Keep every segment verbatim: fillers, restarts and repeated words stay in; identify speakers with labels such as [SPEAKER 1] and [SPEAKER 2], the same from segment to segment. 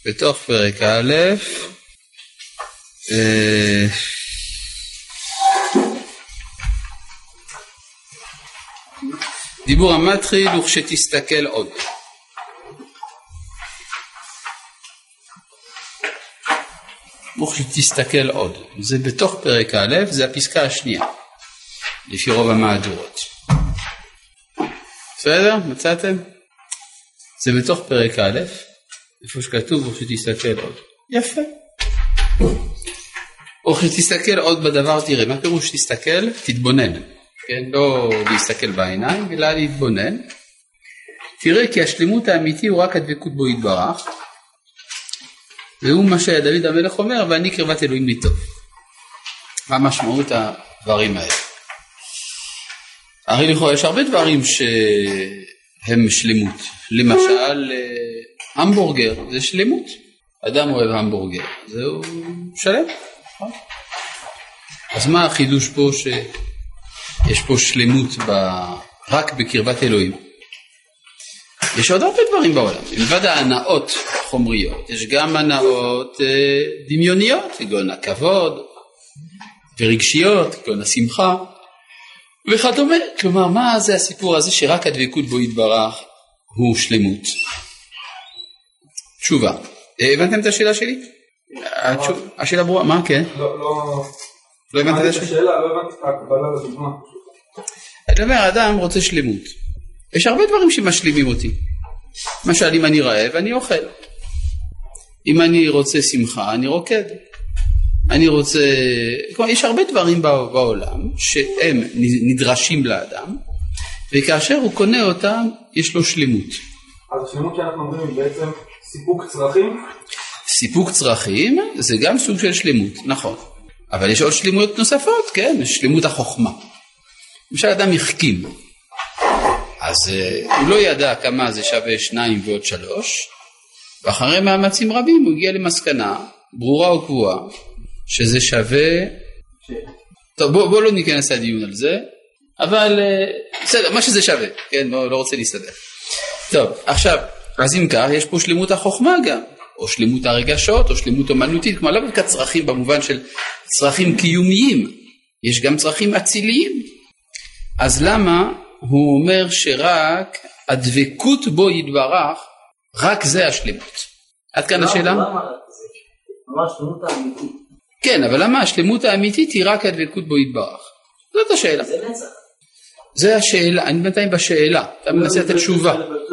[SPEAKER 1] בתוך פרק א', דיבור המתחיל וכשתסתכל עוד. וכשתסתכל עוד. זה בתוך פרק א', זה הפסקה השנייה, לפי רוב המהדורות. בסדר? מצאתם? זה בתוך פרק א', איפה שכתוב וכשתסתכל עוד. יפה. וכשתסתכל עוד בדבר תראה. מה פירוש שתסתכל? תתבונן. כן? לא להסתכל בעיניים, אלא להתבונן. תראה כי השלמות האמיתי הוא רק הדבקות בו יתברך. והוא מה שדוד המלך אומר, ואני קרבת אלוהים לי טוב. מה משמעות הדברים האלה? הרי לכאורה יש הרבה דברים שהם שלמות. למשל, המבורגר זה שלמות. אדם אוהב המבורגר, זהו שלם. אז מה החידוש פה שיש פה שלמות ב... רק בקרבת אלוהים? יש עוד הרבה דברים בעולם. מלבד ההנאות חומריות, יש גם הנאות אה, דמיוניות, כגון הכבוד ורגשיות, כגון השמחה וכדומה. כלומר, מה זה הסיפור הזה שרק הדבקות בו יתברך הוא שלמות? תשובה. הבנתם את השאלה שלי? השאלה ברורה. מה? כן?
[SPEAKER 2] לא, לא...
[SPEAKER 1] לא הבנתי את השאלה?
[SPEAKER 2] לא הבנתי את ההקבלה לדוגמה.
[SPEAKER 1] אני אומר, אדם רוצה שלמות. יש הרבה דברים שמשלימים אותי. למשל, אם אני רעב, אני אוכל. אם אני רוצה שמחה, אני רוקד. אני רוצה... כלומר, יש הרבה דברים בעולם שהם נדרשים לאדם, וכאשר הוא קונה אותם, יש לו שלמות.
[SPEAKER 2] אז השלמות שאנחנו אומרים היא בעצם סיפוק צרכים?
[SPEAKER 1] סיפוק צרכים זה גם סוג של שלמות, נכון. אבל יש עוד שלמות נוספות, כן? שלמות החוכמה. למשל, אדם יחכים. אז uh, הוא לא ידע כמה זה שווה שניים ועוד שלוש, ואחרי מאמצים רבים הוא הגיע למסקנה, ברורה או קבועה, שזה שווה... טוב, בוא, בוא לא ניכנס לדיון על זה, אבל uh, בסדר, מה שזה שווה, כן? לא, לא רוצה להסתדר. טוב, עכשיו, אז אם כך, יש פה שלמות החוכמה גם, או שלמות הרגשות, או שלמות אומנותית, כמו לא רק צרכים במובן של צרכים קיומיים, יש גם צרכים אציליים. אז למה הוא אומר שרק הדבקות בו יתברך, רק זה השלמות? עד כאן השאלה?
[SPEAKER 3] למה השלמות האמיתית?
[SPEAKER 1] כן, אבל למה השלמות האמיתית היא רק הדבקות בו יתברך? זאת השאלה.
[SPEAKER 3] זה נצח.
[SPEAKER 1] זה השאלה, אני בינתיים בשאלה, אתה מנסה את התשובה.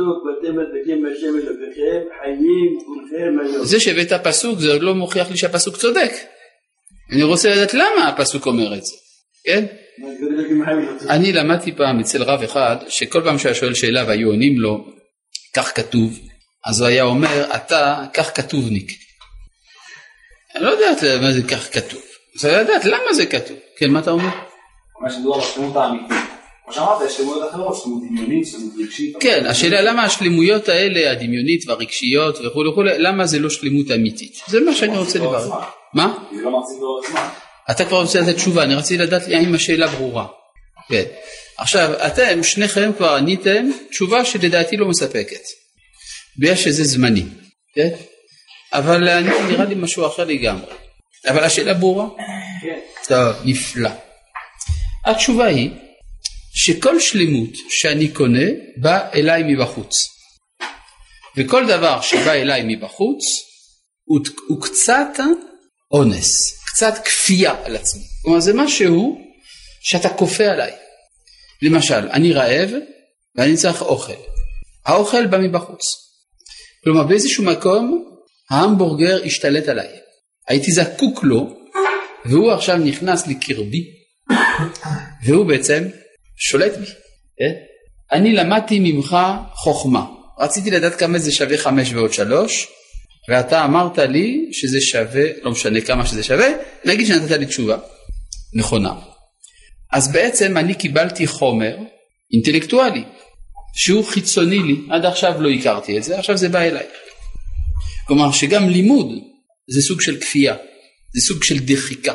[SPEAKER 1] זה שהבאת הפסוק זה עוד לא מוכיח לי שהפסוק צודק. אני רוצה לדעת למה הפסוק אומר את זה, כן? אני למדתי פעם אצל רב אחד שכל פעם שהיה שואל שאלה והיו עונים לו כך כתוב, אז הוא היה אומר אתה כך כתובניק. אני לא יודעת מה זה כך כתוב, אז אני לא יודעת למה זה כתוב. כן, מה אתה אומר?
[SPEAKER 2] מה שדור על השלמות האמיתית. כמו שאמרת, יש שלמות אחרות, שלמות דמיונית, שלמות רגשית.
[SPEAKER 1] כן, השאלה למה השלמויות האלה, הדמיונית והרגשיות וכו' וכו', למה זה לא שלמות אמיתית? זה מה שאני רוצה לברר. מה?
[SPEAKER 2] זה לא מחזיק לאורך זמן.
[SPEAKER 1] אתה כבר רוצה לתת תשובה, אני רציתי לדעת האם השאלה ברורה. כן. עכשיו, אתם, שניכם כבר עניתם תשובה שלדעתי לא מספקת. בגלל שזה זמני. כן? אבל אני נראה לי משהו אחר לגמרי. אבל השאלה ברורה?
[SPEAKER 2] כן.
[SPEAKER 1] טוב, נפלא. התשובה היא, שכל שלמות שאני קונה בא אליי מבחוץ. וכל דבר שבא אליי מבחוץ הוא, הוא קצת אונס, קצת כפייה על עצמי. כלומר זה משהו שאתה כופה עליי. למשל, אני רעב ואני צריך אוכל. האוכל בא מבחוץ. כלומר באיזשהו מקום ההמבורגר השתלט עליי. הייתי זקוק לו והוא עכשיו נכנס לקרבי והוא בעצם שולט בי. אני למדתי ממך חוכמה. רציתי לדעת כמה זה שווה חמש ועוד שלוש, ואתה אמרת לי שזה שווה, לא משנה כמה שזה שווה, נגיד שנתת לי תשובה נכונה. אז בעצם אני קיבלתי חומר אינטלקטואלי, שהוא חיצוני לי, עד עכשיו לא הכרתי את זה, עכשיו זה בא אליי. כלומר שגם לימוד זה סוג של כפייה, זה סוג של דחיקה.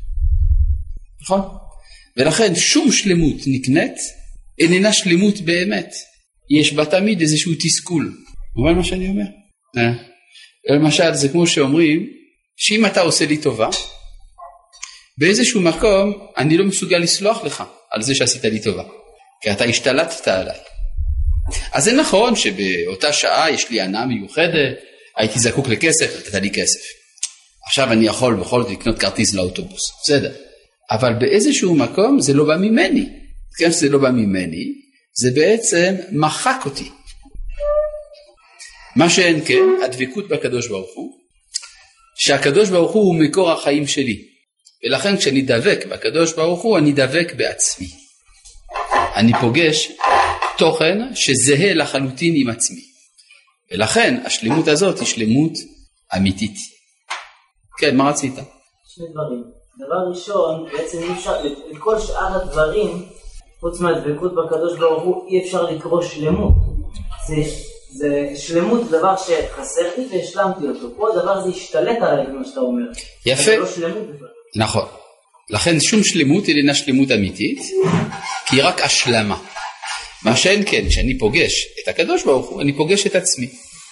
[SPEAKER 1] נכון? ולכן שום שלמות נקנית איננה שלמות באמת. יש בה תמיד איזשהו תסכול. מובן מה שאני אומר? למשל, זה כמו שאומרים, שאם אתה עושה לי טובה, באיזשהו מקום אני לא מסוגל לסלוח לך על זה שעשית לי טובה, כי אתה השתלטת עליי. אז זה נכון שבאותה שעה יש לי הנאה מיוחדת, הייתי זקוק לכסף, נתת לי כסף. עכשיו אני יכול בכל זאת לקנות כרטיס לאוטובוס, בסדר. אבל באיזשהו מקום זה לא בא ממני. כן, שזה לא בא ממני, זה בעצם מחק אותי. מה שאין כן, הדבקות בקדוש ברוך הוא, שהקדוש ברוך הוא הוא מקור החיים שלי. ולכן כשאני דבק בקדוש ברוך הוא, אני דבק בעצמי. אני פוגש תוכן שזהה לחלוטין עם עצמי. ולכן השלמות הזאת היא שלמות אמיתית. כן, מה רצית?
[SPEAKER 3] שני דברים. דבר ראשון, בעצם אי אפשר, לכל שאר הדברים, חוץ מהדבקות בקדוש ברוך הוא, אי אפשר לקרוא שלמות. זה, זה שלמות דבר שחסר לי והשלמתי אותו. פה הדבר הזה השתלט עליי, כמו שאתה אומר.
[SPEAKER 1] יפה.
[SPEAKER 3] זה לא שלמות בכלל.
[SPEAKER 1] נכון. לכן שום שלמות היא אינה שלמות אמיתית, כי היא רק השלמה. מה שאין כן, כשאני פוגש את הקדוש ברוך הוא, אני פוגש את עצמי.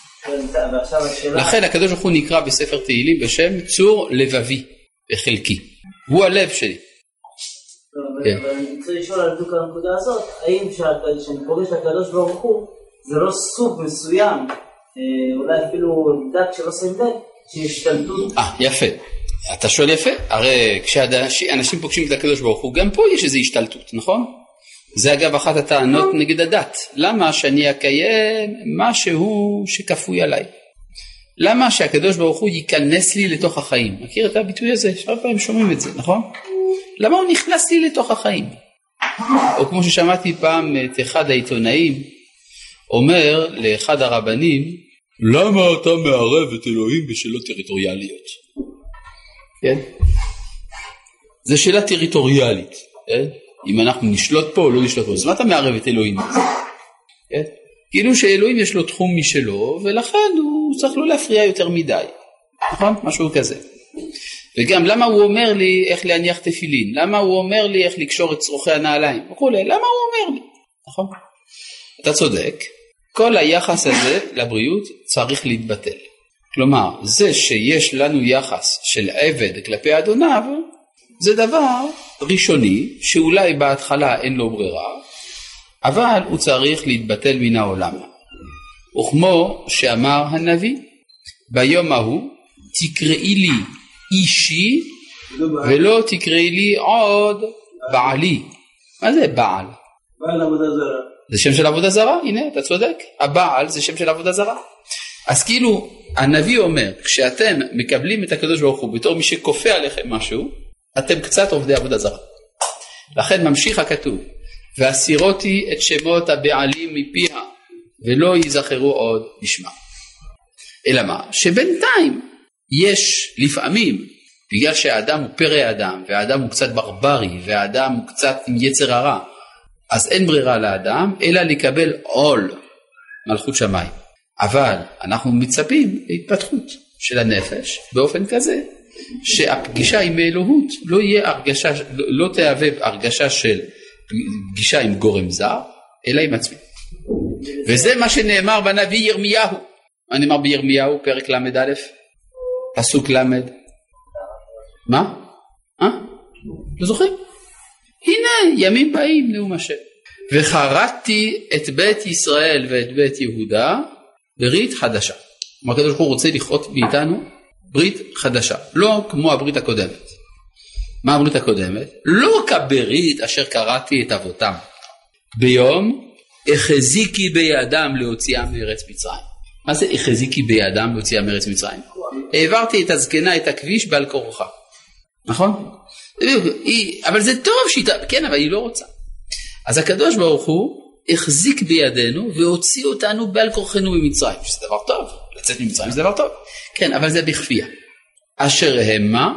[SPEAKER 1] לכן הקדוש ברוך הוא נקרא בספר תהילים בשם צור לבבי וחלקי. הוא הלב שלי.
[SPEAKER 3] אבל אני רוצה לשאול על דוק הנקודה הזאת, האם כשאני פוגש את הקדוש ברוך הוא, זה לא סוג מסוים, אולי אפילו דק שלא שמים לב, שהשתלטות.
[SPEAKER 1] אה, יפה. אתה שואל יפה. הרי כשאנשים פוגשים את הקדוש ברוך הוא, גם פה יש איזו השתלטות, נכון? זה אגב אחת הטענות נגד הדת. למה שאני אקיים משהו שכפוי עליי? למה שהקדוש ברוך הוא ייכנס לי לתוך החיים? מכיר את הביטוי הזה? הרבה פעמים שומעים את זה, נכון? למה הוא נכנס לי לתוך החיים? או כמו ששמעתי פעם את אחד העיתונאים, אומר לאחד הרבנים, למה אתה מערב את אלוהים בשאלות טריטוריאליות? כן? זה שאלה טריטוריאלית, כן? אם אנחנו נשלוט פה או לא נשלוט פה, אז מה אתה מערב את אלוהים? כן? כאילו שאלוהים יש לו תחום משלו, ולכן הוא צריך לא להפריע יותר מדי. נכון? משהו כזה. וגם למה הוא אומר לי איך להניח תפילין? למה הוא אומר לי איך לקשור את צרוכי הנעליים? וכולי, למה הוא אומר לי? נכון? אתה צודק. כל היחס הזה לבריאות צריך להתבטל. כלומר, זה שיש לנו יחס של עבד כלפי אדוניו, זה דבר ראשוני, שאולי בהתחלה אין לו ברירה, אבל הוא צריך להתבטל מן העולם. וכמו שאמר הנביא, ביום ההוא תקראי לי אישי, ולא תקראי לי עוד בעלי. מה זה בעל?
[SPEAKER 3] בעל עבודה זרה.
[SPEAKER 1] זה שם של עבודה זרה, הנה אתה צודק, הבעל זה שם של עבודה זרה. אז כאילו הנביא אומר, כשאתם מקבלים את הקדוש ברוך הוא בתור מי שכופה עליכם משהו, אתם קצת עובדי עבודה זרה. לכן ממשיך הכתוב, והסירותי את שמות הבעלים מפיה, ולא ייזכרו עוד בשמה. אלא מה? שבינתיים יש לפעמים, בגלל שהאדם הוא פרא אדם, והאדם הוא קצת ברברי, והאדם הוא קצת עם יצר הרע, אז אין ברירה לאדם, אלא לקבל עול מלכות שמיים. אבל אנחנו מצפים להתפתחות של הנפש, באופן כזה, שהפגישה עם האלוהות לא יהיה הרגשה, לא תהווה הרגשה של פגישה עם גורם זר, אלא עם עצמי. וזה מה שנאמר בנביא ירמיהו. מה נאמר בירמיהו, פרק למד א', פסוק למד. מה? אה? לא זוכרים? הנה, ימים באים, נאום השם. וחרדתי את בית ישראל ואת בית יהודה ברית חדשה. כלומר, הקדוש ברוך הוא רוצה לכרות מאיתנו ברית חדשה, לא כמו הברית הקודמת. מה הברית הקודמת? לא כברית אשר קראתי את אבותם. ביום החזיקי בידם להוציאה מארץ מצרים. מה זה החזיקי בידם להוציאה מארץ מצרים? העברתי את הזקנה, את הכביש בעל כורחה. נכון? אבל זה טוב שהיא, כן, אבל היא לא רוצה. אז הקדוש ברוך הוא החזיק בידינו והוציא אותנו בעל כורחנו ממצרים, שזה דבר טוב. לצאת ממצרים זה דבר טוב. כן, אבל זה בכפייה. אשר המה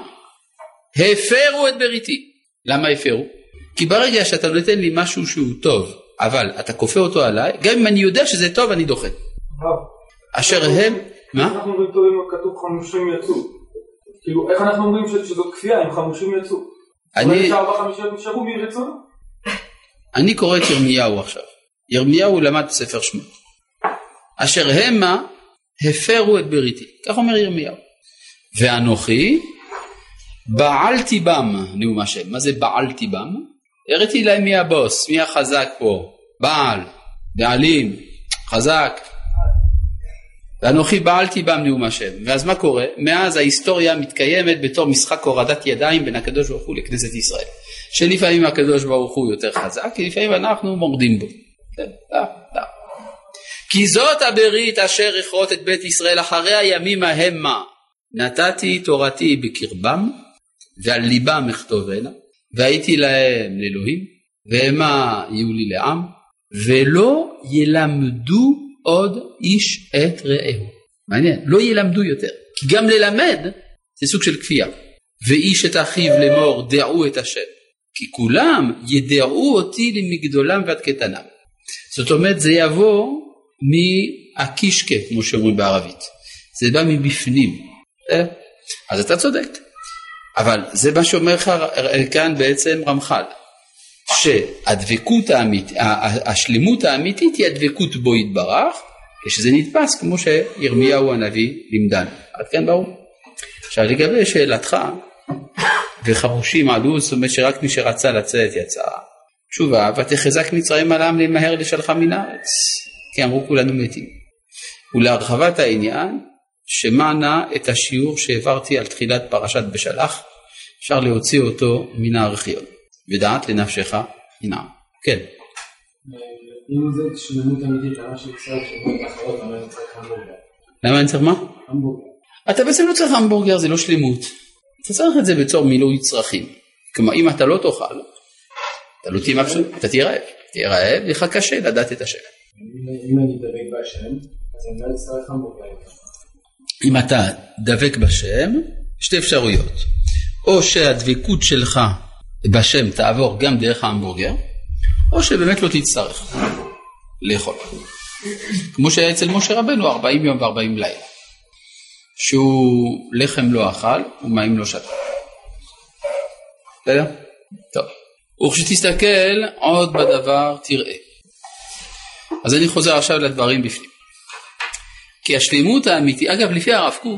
[SPEAKER 1] הפרו את בריתי. למה הפרו? כי ברגע שאתה נותן לי משהו שהוא טוב, אבל אתה כופה אותו עליי, גם אם אני יודע שזה טוב, אני דוחה. אשר הם... מה?
[SPEAKER 4] אנחנו אומרים טוב אם כתוב חמושים יצאו. כאילו, איך אנחנו אומרים שזאת כפייה אם חמושים יצאו? אולי שארבע חמישיות נשארו מרצון?
[SPEAKER 1] אני קורא את ירמיהו עכשיו. ירמיהו למד ספר שמות. אשר המה הפרו את בריתי. כך אומר ירמיהו. ואנוכי בעלתי בם, נאום השם. מה זה בעלתי בם? הראיתי להם מי הבוס, מי החזק פה. בעל, בעלים, חזק. ואנוכי בעלתי בם, נאום השם. ואז מה קורה? מאז ההיסטוריה מתקיימת בתור משחק הורדת ידיים בין הקדוש ברוך הוא לכנסת ישראל. שלפעמים הקדוש ברוך הוא יותר חזק, כי לפעמים אנחנו מורדים בו. כי זאת הברית אשר יכרות את בית ישראל אחרי הימים ההמה. נתתי תורתי בקרבם, ועל ליבם אכתובנה, והייתי להם לאלוהים, והמה יהיו לי לעם, ולא ילמדו עוד איש את רעהו. מעניין, לא ילמדו יותר, כי גם ללמד זה סוג של כפייה. ואיש את אחיו לאמור דעו את השם, כי כולם ידעו אותי למגדולם ועד קטנם. זאת אומרת, זה יבוא מהקישקה, כמו שאומרים בערבית. זה בא מבפנים. אז אתה צודק. אבל זה מה שאומר לך כאן בעצם רמח"ל, שהדבקות האמיתית, השלמות האמיתית היא הדבקות בו יתברך, כשזה נתפס כמו שירמיהו הנביא לימדן. עד כאן ברור. עכשיו לגבי שאלתך, וחמושים עלו, זאת אומרת שרק מי שרצה לצאת יצא. תשובה, ותחזק מצרים על העם למהר לשלחה מן הארץ, כי אמרו כולנו מתים. ולהרחבת העניין, שמענה את השיעור שהעברתי על תחילת פרשת בשלח, אפשר להוציא אותו מן הארכיון. ודעת לנפשך הנה. כן.
[SPEAKER 5] אם זה שלמות אמיתית, למה שישראל שבועות אחרות, למה אני צריך המבורגר?
[SPEAKER 1] למה אני צריך מה?
[SPEAKER 5] המבורגר.
[SPEAKER 1] אתה בעצם לא צריך המבורגר, זה לא שלמות. אתה צריך את זה בצור מילוי צרכים. כלומר, אם אתה לא תאכל, אתה לא תהיה מבסוט, אתה תהיה רעב. תהיה רעב, לך קשה לדעת את השם.
[SPEAKER 5] אם אני דבק בהשם, אז אני לא אצטרך המבורגר.
[SPEAKER 1] אם אתה דבק בשם, שתי אפשרויות. או שהדבקות שלך בשם תעבור גם דרך ההמבורגר, או שבאמת לא תצטרך לאכול. כמו שהיה אצל משה רבנו ארבעים יום וארבעים לילה. שהוא לחם לא אכל ומים לא שתה. בסדר? טוב. וכשתסתכל עוד בדבר תראה. אז אני חוזר עכשיו לדברים בפנים. כי השלימות האמיתית, אגב לפי הרב קוק,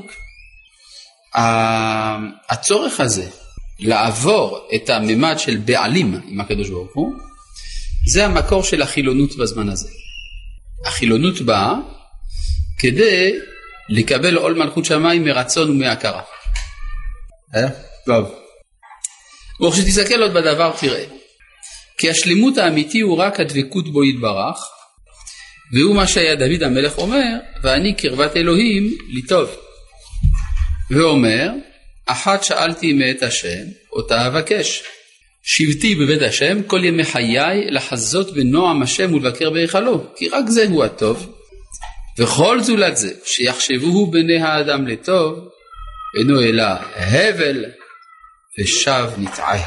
[SPEAKER 1] הצורך הזה לעבור את הממד של בעלים עם הקדוש ברוך הוא, זה המקור של החילונות בזמן הזה. החילונות באה כדי לקבל עול מלכות שמיים מרצון ומהכרה. אה? טוב. וכשתסתכל עוד בדבר תראה. כי השלימות האמיתי הוא רק הדבקות בו יתברך, והוא מה שהיה דוד המלך אומר, ואני קרבת אלוהים לטוב. ואומר, אחת שאלתי מאת השם, אותה אבקש. שבתי בבית השם כל ימי חיי לחזות בנועם השם ולבקר בהיכלו, כי רק זה הוא הטוב. וכל זולת זה, שיחשבוהו בני האדם לטוב, אינו אלא הבל ושב נטעה.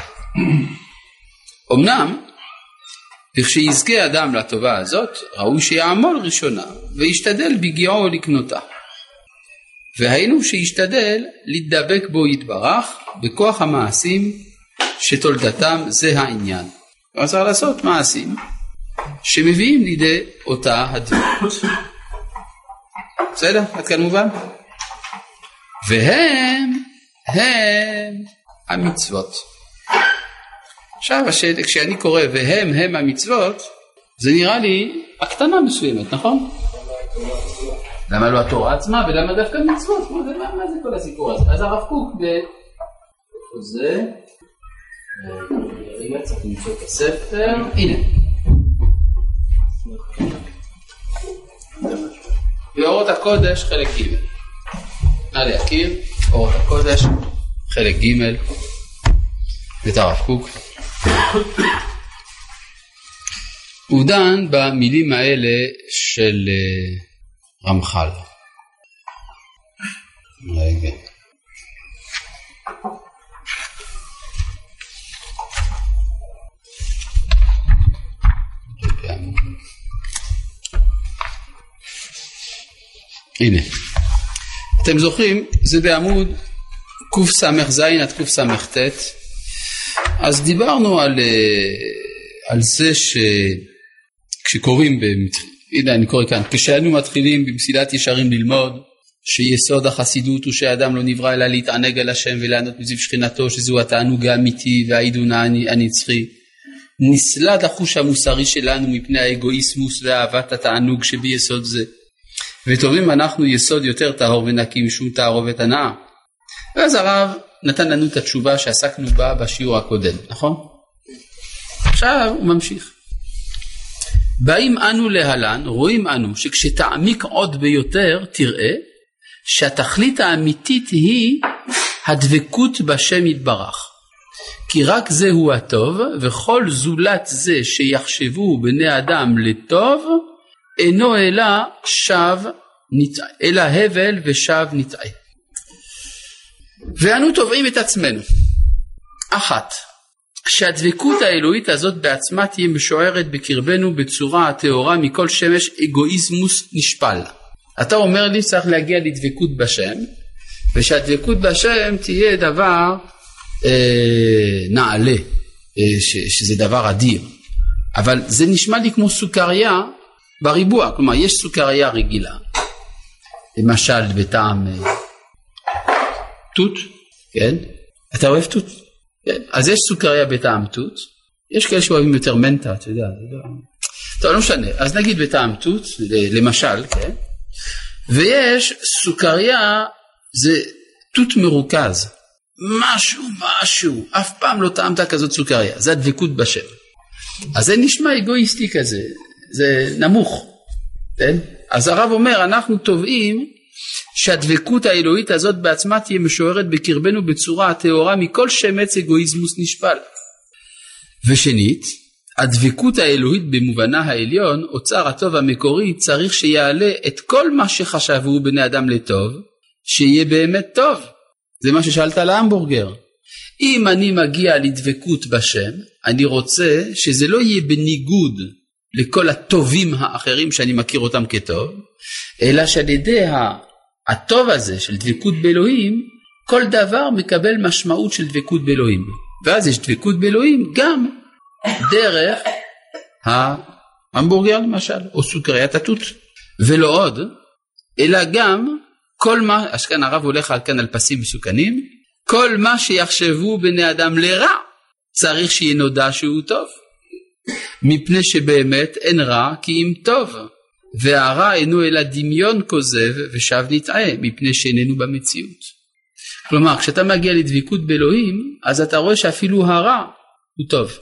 [SPEAKER 1] אמנם, וכשיזכה אדם לטובה הזאת, ראוי שיעמול ראשונה, וישתדל בגיעו לקנותה. והיינו שישתדל להתדבק בו יתברך, בכוח המעשים שתולדתם זה העניין. אז צריך לעשות מעשים שמביאים לידי אותה הדבקות. בסדר? עד כאן מובן? והם, הם המצוות. עכשיו, כשאני קורא והם, הם המצוות, זה נראה לי הקטנה מסוימת, נכון? למה לא התורה עצמה ולמה דווקא מצוות? מה זה כל הסיפור הזה? אז הרב קוק איפה זה? רגע, צריך למצוא את הספר. הנה. באורות הקודש חלק ג'. נא להכיר, אורות הקודש חלק ג' את הרב קוק. הוא דן במילים האלה של רמח"ל. רגע. הנה. אתם זוכרים, זה בעמוד קס"ז עד קס"ט. אז דיברנו על, על זה שכשקוראים הנה אני קורא כאן, כשאנו מתחילים במסילת ישרים ללמוד, שיסוד החסידות הוא שהאדם לא נברא אלא להתענג על השם וליהנות מזיו שכינתו, שזהו התענוג האמיתי והעידון הנצחי. נסלד החוש המוסרי שלנו מפני האגואיסמוס ואהבת התענוג שביסוד זה. וטובים אנחנו יסוד יותר טהור ונקי משום תערובת הנאה. ואז הרב נתן לנו את התשובה שעסקנו בה בשיעור הקודם, נכון? עכשיו הוא ממשיך. באים אנו להלן, רואים אנו שכשתעמיק עוד ביותר תראה שהתכלית האמיתית היא הדבקות בשם יתברך. כי רק זהו הטוב, וכל זולת זה שיחשבו בני אדם לטוב, אינו אלא שב נטעה, אלא הבל ושב נטעה. ואנו תובעים את עצמנו. אחת, שהדבקות האלוהית הזאת בעצמה תהיה משוערת בקרבנו בצורה הטהורה מכל שמש אגואיזמוס נשפל. אתה אומר לי צריך להגיע לדבקות בשם, ושהדבקות בשם תהיה דבר אה, נעלה, אה, ש, שזה דבר אדיר. אבל זה נשמע לי כמו סוכריה בריבוע, כלומר יש סוכריה רגילה, למשל בטעם אה, תות, כן? אתה אוהב תות? כן? אז יש סוכריה בטעם תות, יש כאלה שאוהבים יותר מנטה, אתה יודע, טוב, לא משנה, אז נגיד בטעם תות, למשל, כן? ויש סוכריה, זה תות מרוכז, משהו, משהו, אף פעם לא טעמת כזאת סוכריה, זה הדבקות בשם. אז זה נשמע אגואיסטי כזה, זה נמוך, כן? אז הרב אומר, אנחנו תובעים שהדבקות האלוהית הזאת בעצמה תהיה משוערת בקרבנו בצורה הטהורה מכל שמץ אגואיזמוס נשפל. ושנית, הדבקות האלוהית במובנה העליון, אוצר הטוב המקורי, צריך שיעלה את כל מה שחשבו בני אדם לטוב, שיהיה באמת טוב. זה מה ששאלת על ההמבורגר. אם אני מגיע לדבקות בשם, אני רוצה שזה לא יהיה בניגוד לכל הטובים האחרים שאני מכיר אותם כטוב, אלא שעל ידי הטוב הזה של דבקות באלוהים, כל דבר מקבל משמעות של דבקות באלוהים. ואז יש דבקות באלוהים גם דרך ההמבורגר למשל, או סוכריית התות. ולא עוד, אלא גם כל מה, אז כאן הרב הולך כאן על פסים מסוכנים, כל מה שיחשבו בני אדם לרע, צריך שיהיה נודע שהוא טוב. מפני שבאמת אין רע כי אם טוב, והרע אינו אלא דמיון כוזב ושב נטעה, מפני שאיננו במציאות. כלומר, כשאתה מגיע לדבקות באלוהים, אז אתה רואה שאפילו הרע הוא טוב.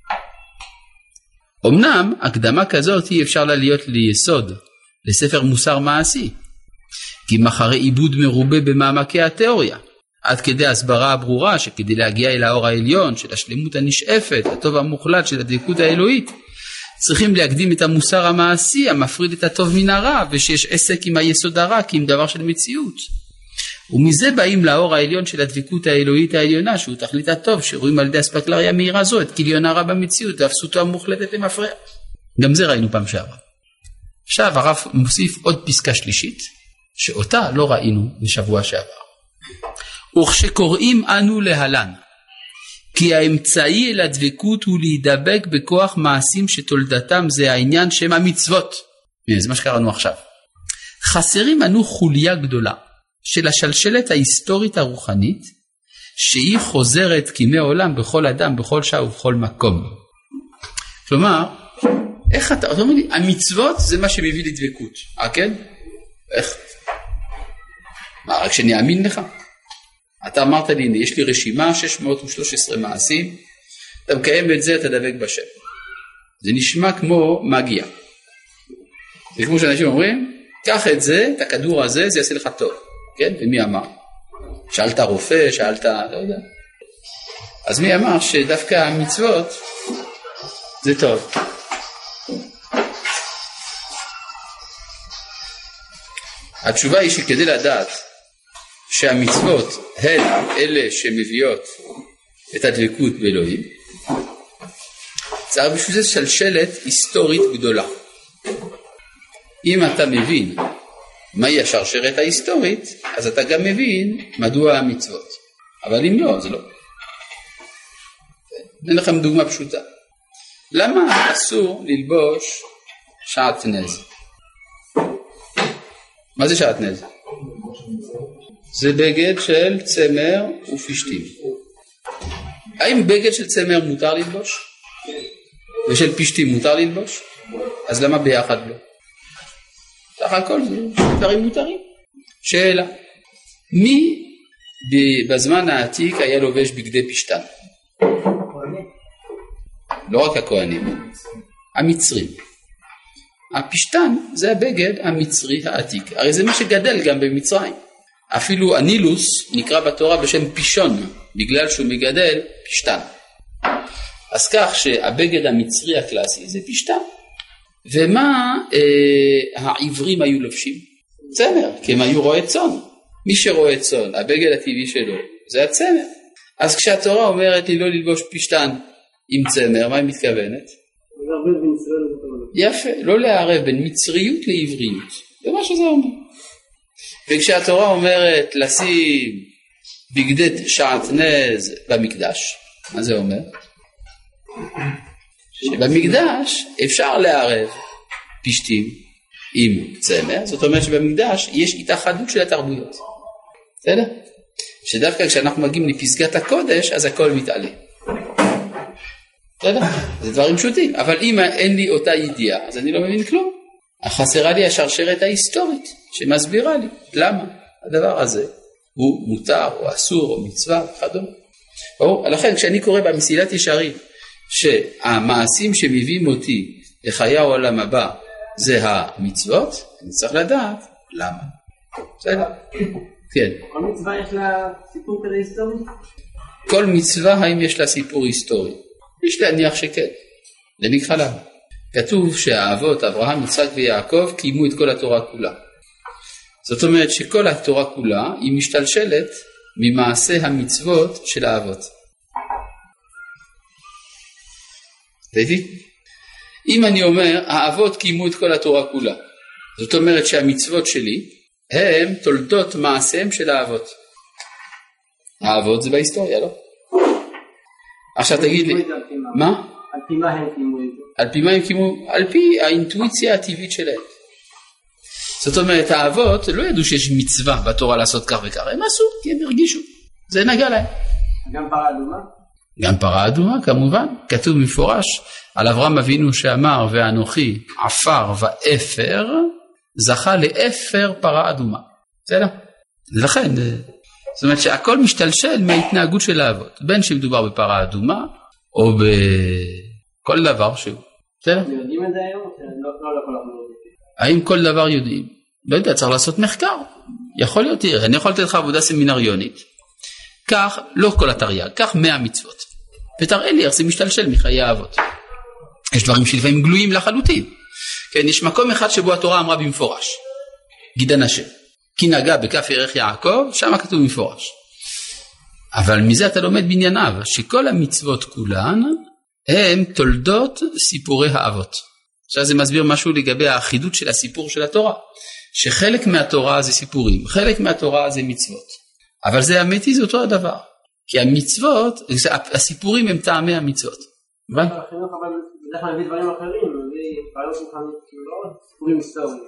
[SPEAKER 1] אמנם, הקדמה כזאת היא אפשר לה להיות ליסוד, לספר מוסר מעשי, כי מחרי עיבוד מרובה במעמקי התיאוריה, עד כדי הסברה הברורה שכדי להגיע אל האור העליון של השלמות הנשאפת, הטוב המוחלט של הדבקות האלוהית, צריכים להקדים את המוסר המעשי המפריד את הטוב מן הרע, ושיש עסק עם היסוד הרע כי עם דבר של מציאות. ומזה באים לאור העליון של הדבקות האלוהית העליונה, שהוא תכלית הטוב, שרואים על ידי אספקלריה מהירה זו את כליון הרע במציאות, ואפסותו המוחלטת למפרע. גם זה ראינו פעם שעברה. עכשיו הרב מוסיף עוד פסקה שלישית, שאותה לא ראינו בשבוע שעבר. וכשקוראים אנו להלן, כי האמצעי אל הדבקות הוא להידבק בכוח מעשים שתולדתם זה העניין שם המצוות. זה מה שקראנו עכשיו. חסרים אנו חוליה גדולה של השלשלת ההיסטורית הרוחנית, שהיא חוזרת כימי עולם בכל אדם, בכל שעה ובכל מקום. כלומר, איך אתה, אתה אומר לי, המצוות זה מה שמביא לדבקות. אה כן? איך? מה, רק שאני אאמין לך? אתה אמרת לי, הנה, יש לי רשימה שש מאות ושלוש עשרה מעשים, אתה מקיים את זה, אתה דבק בשם. זה נשמע כמו מגיה. זה כמו שאנשים אומרים, קח את זה, את הכדור הזה, זה יעשה לך טוב. כן? ומי אמר? שאלת רופא, שאלת, לא יודע. אז מי אמר שדווקא המצוות זה טוב? התשובה היא שכדי לדעת שהמצוות הן אלה שמביאות את הדבקות באלוהים, צריך בשביל זה שלשלת היסטורית גדולה. אם אתה מבין מהי השרשרת ההיסטורית, אז אתה גם מבין מדוע המצוות. אבל אם לא, זה לא. אין לכם דוגמה פשוטה. למה אסור ללבוש שעטנז? מה זה שעטנז? זה בגד של צמר ופשתים. האם בגד של צמר מותר ללבוש? ושל פשתים מותר ללבוש? אז למה ביחד לא? סך הכל זה דברים מותרים. שאלה, מי בזמן העתיק היה לובש בגדי פשתן? לא רק הכהנים, המצרים. הפשתן זה הבגד המצרי העתיק, הרי זה מה שגדל גם במצרים. אפילו הנילוס נקרא בתורה בשם פישון, בגלל שהוא מגדל פשתן. אז כך שהבגד המצרי הקלאסי זה פשתן. ומה אה, העברים היו לובשים? צמר, כי הם היו רועי צאן. מי שרואה צאן, הבגד הטבעי שלו, זה הצמר. אז כשהתורה אומרת לי לא ללבוש פשתן עם צמר, מה היא מתכוונת? יפה, לא לערב בין מצריות לעבריות. זה מה שזה אומר. וכשהתורה אומרת לשים בגדי שעטנז במקדש, מה זה אומר? שבמקדש אפשר לערב פשתים עם צמר, זאת אומרת שבמקדש יש התאחדות של התרבויות. בסדר? שדווקא כשאנחנו מגיעים לפסגת הקודש, אז הכל מתעלה. בסדר? זה דברים פשוטים, אבל אם אין לי אותה ידיעה, אז אני לא מבין כלום. חסרה לי השרשרת ההיסטורית שמסבירה לי למה הדבר הזה הוא מותר או אסור או מצווה וכדומה. ברור? לכן כשאני קורא במסילת ישרים שהמעשים שמביאים אותי לחיי העולם הבא זה המצוות, אני צריך לדעת למה. בסדר? כן.
[SPEAKER 3] כל מצווה יש לה סיפור כזה היסטורי?
[SPEAKER 1] כל מצווה האם יש לה סיפור היסטורי? יש להניח שכן. זה נקרא למה. כתוב שהאבות אברהם, יצחק ויעקב קיימו את כל התורה כולה. זאת אומרת שכל התורה כולה היא משתלשלת ממעשה המצוות של האבות. ראיתי? אם אני אומר האבות קיימו את כל התורה כולה, זאת אומרת שהמצוות שלי הם תולדות מעשיהם של האבות. האבות זה בהיסטוריה, לא? עכשיו תגיד לי, מה?
[SPEAKER 3] על פי מה הם קיימו את זה?
[SPEAKER 1] על פי מה הם קיימו? על פי האינטואיציה הטבעית שלהם. זאת אומרת, האבות לא ידעו שיש מצווה בתורה לעשות כך וכך, הם עשו, כי הם הרגישו, זה נגע להם.
[SPEAKER 3] גם פרה אדומה?
[SPEAKER 1] גם פרה אדומה, כמובן, כתוב מפורש על אברהם אבינו שאמר, ואנוכי עפר ואפר, זכה לאפר פרה אדומה. בסדר? לכן, זאת אומרת שהכל משתלשל מההתנהגות של האבות, בין שמדובר בפרה אדומה, או בכל דבר שהוא. בסדר?
[SPEAKER 3] יודעים את זה היום? לא לכל אנחנו יודעים.
[SPEAKER 1] האם כל דבר יודעים? לא יודע, צריך לעשות מחקר. יכול להיות, אני יכול לתת לך עבודה סמינריונית. כך, לא כל התרי"ג, כך מאה מצוות. ותראה לי איך זה משתלשל מחיי האבות. יש דברים שלפעמים גלויים לחלוטין. כן, יש מקום אחד שבו התורה אמרה במפורש. גידן השם. כי נגע בכף ירך יעקב, שם כתוב מפורש. אבל מזה אתה לומד בענייניו, שכל המצוות כולן הם תולדות סיפורי האבות. עכשיו זה מסביר משהו לגבי האחידות של הסיפור של התורה. שחלק מהתורה זה סיפורים, חלק מהתורה זה מצוות. אבל זה אמיתי, זה אותו הדבר. כי המצוות, הסיפורים הם טעמי המצוות.
[SPEAKER 3] אבל בדרך כלל מביא דברים אחרים, מביא פעלות סיפורים היסטוריים,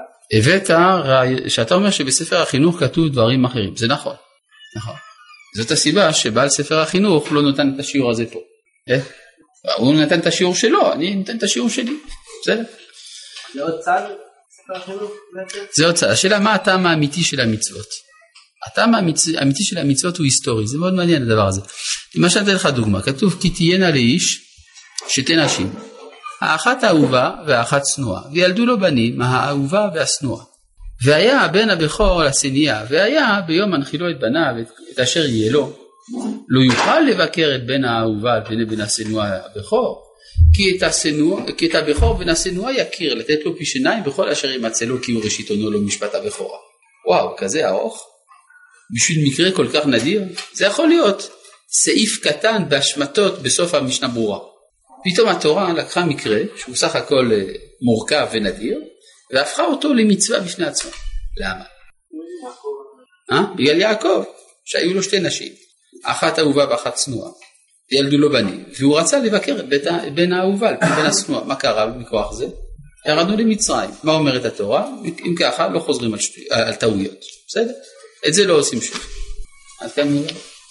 [SPEAKER 3] למשל.
[SPEAKER 1] הבאת, שאתה אומר שבספר החינוך כתוב דברים אחרים, זה נכון. נכון. זאת הסיבה שבעל ספר החינוך לא נותן את השיעור הזה פה. הוא נתן את השיעור שלו, אני נותן את השיעור שלי. בסדר?
[SPEAKER 3] זה עוד צד ספר החינוך?
[SPEAKER 1] זה עוד צד. השאלה מה הטעם האמיתי של המצוות? הטעם האמיתי של המצוות הוא היסטורי, זה מאוד מעניין הדבר הזה. למשל אתן לך דוגמה, כתוב כי תהיינה לאיש שתי נשים, האחת האהובה והאחת שנואה, וילדו לו בנים, האהובה והשנואה. והיה הבן הבכור לשניה, והיה ביום הנחילו את בניו, את אשר יהיה לו, לא יוכל לבקר את בן האהובה על פני בן השנואה הבכור, כי את, השנוע, כי את הבכור בן השנואה יכיר, לתת לו פי שיניים בכל אשר ימצא לו, כי הוא ראשית עונו לו משפט הבכורה. וואו, כזה ארוך. בשביל מקרה כל כך נדיר, זה יכול להיות סעיף קטן בהשמטות בסוף המשנה ברורה. פתאום התורה לקחה מקרה שהוא סך הכל מורכב ונדיר, והפכה אותו למצווה בפני עצמה. למה? אה? בגלל יעקב, שהיו לו שתי נשים, אחת אהובה ואחת שנואה, ילדו לו בנים, והוא רצה לבקר את בן האהובה על פי בן השנואה. מה קרה מכוח זה? ירדנו למצרים. מה אומרת התורה? אם ככה לא חוזרים על, שטו... על טעויות. בסדר? את זה לא עושים שוב. עד כאן נראה.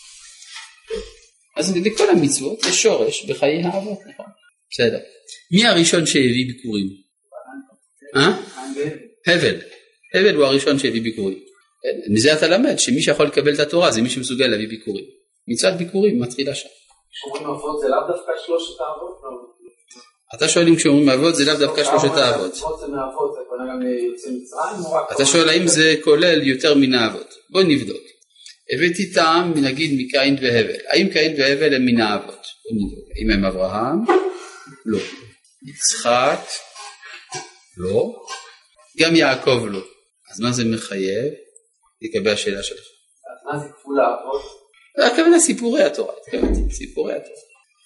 [SPEAKER 1] אז לכל המצוות יש שורש בחיי האבות, נכון? בסדר. מי הראשון שהביא ביקורים? אה? הבל. הבל הוא הראשון שהביא ביקורים. מזה אתה למד שמי שיכול לקבל את התורה זה מי שמסוגל להביא ביקורים. מצוות ביקורים מתחילה שם.
[SPEAKER 5] כשאומרים אבות זה לאו דווקא שלושת האבות?
[SPEAKER 1] אתה שואל אם כשאומרים אבות זה לאו דווקא שלושת האבות. אתה שואל האם זה כולל יותר מן האבות. בוא נבדוק. הבאתי טעם נגיד מקין והבל. האם קין והבל הם מן האבות? בוא נבדוק. האם הם אברהם? לא. יצחק? לא. גם יעקב לא. אז מה זה מחייב? לגבי השאלה שלך.
[SPEAKER 5] מה זה כפול האבות?
[SPEAKER 1] הכוונה סיפורי התורה. סיפורי התורה.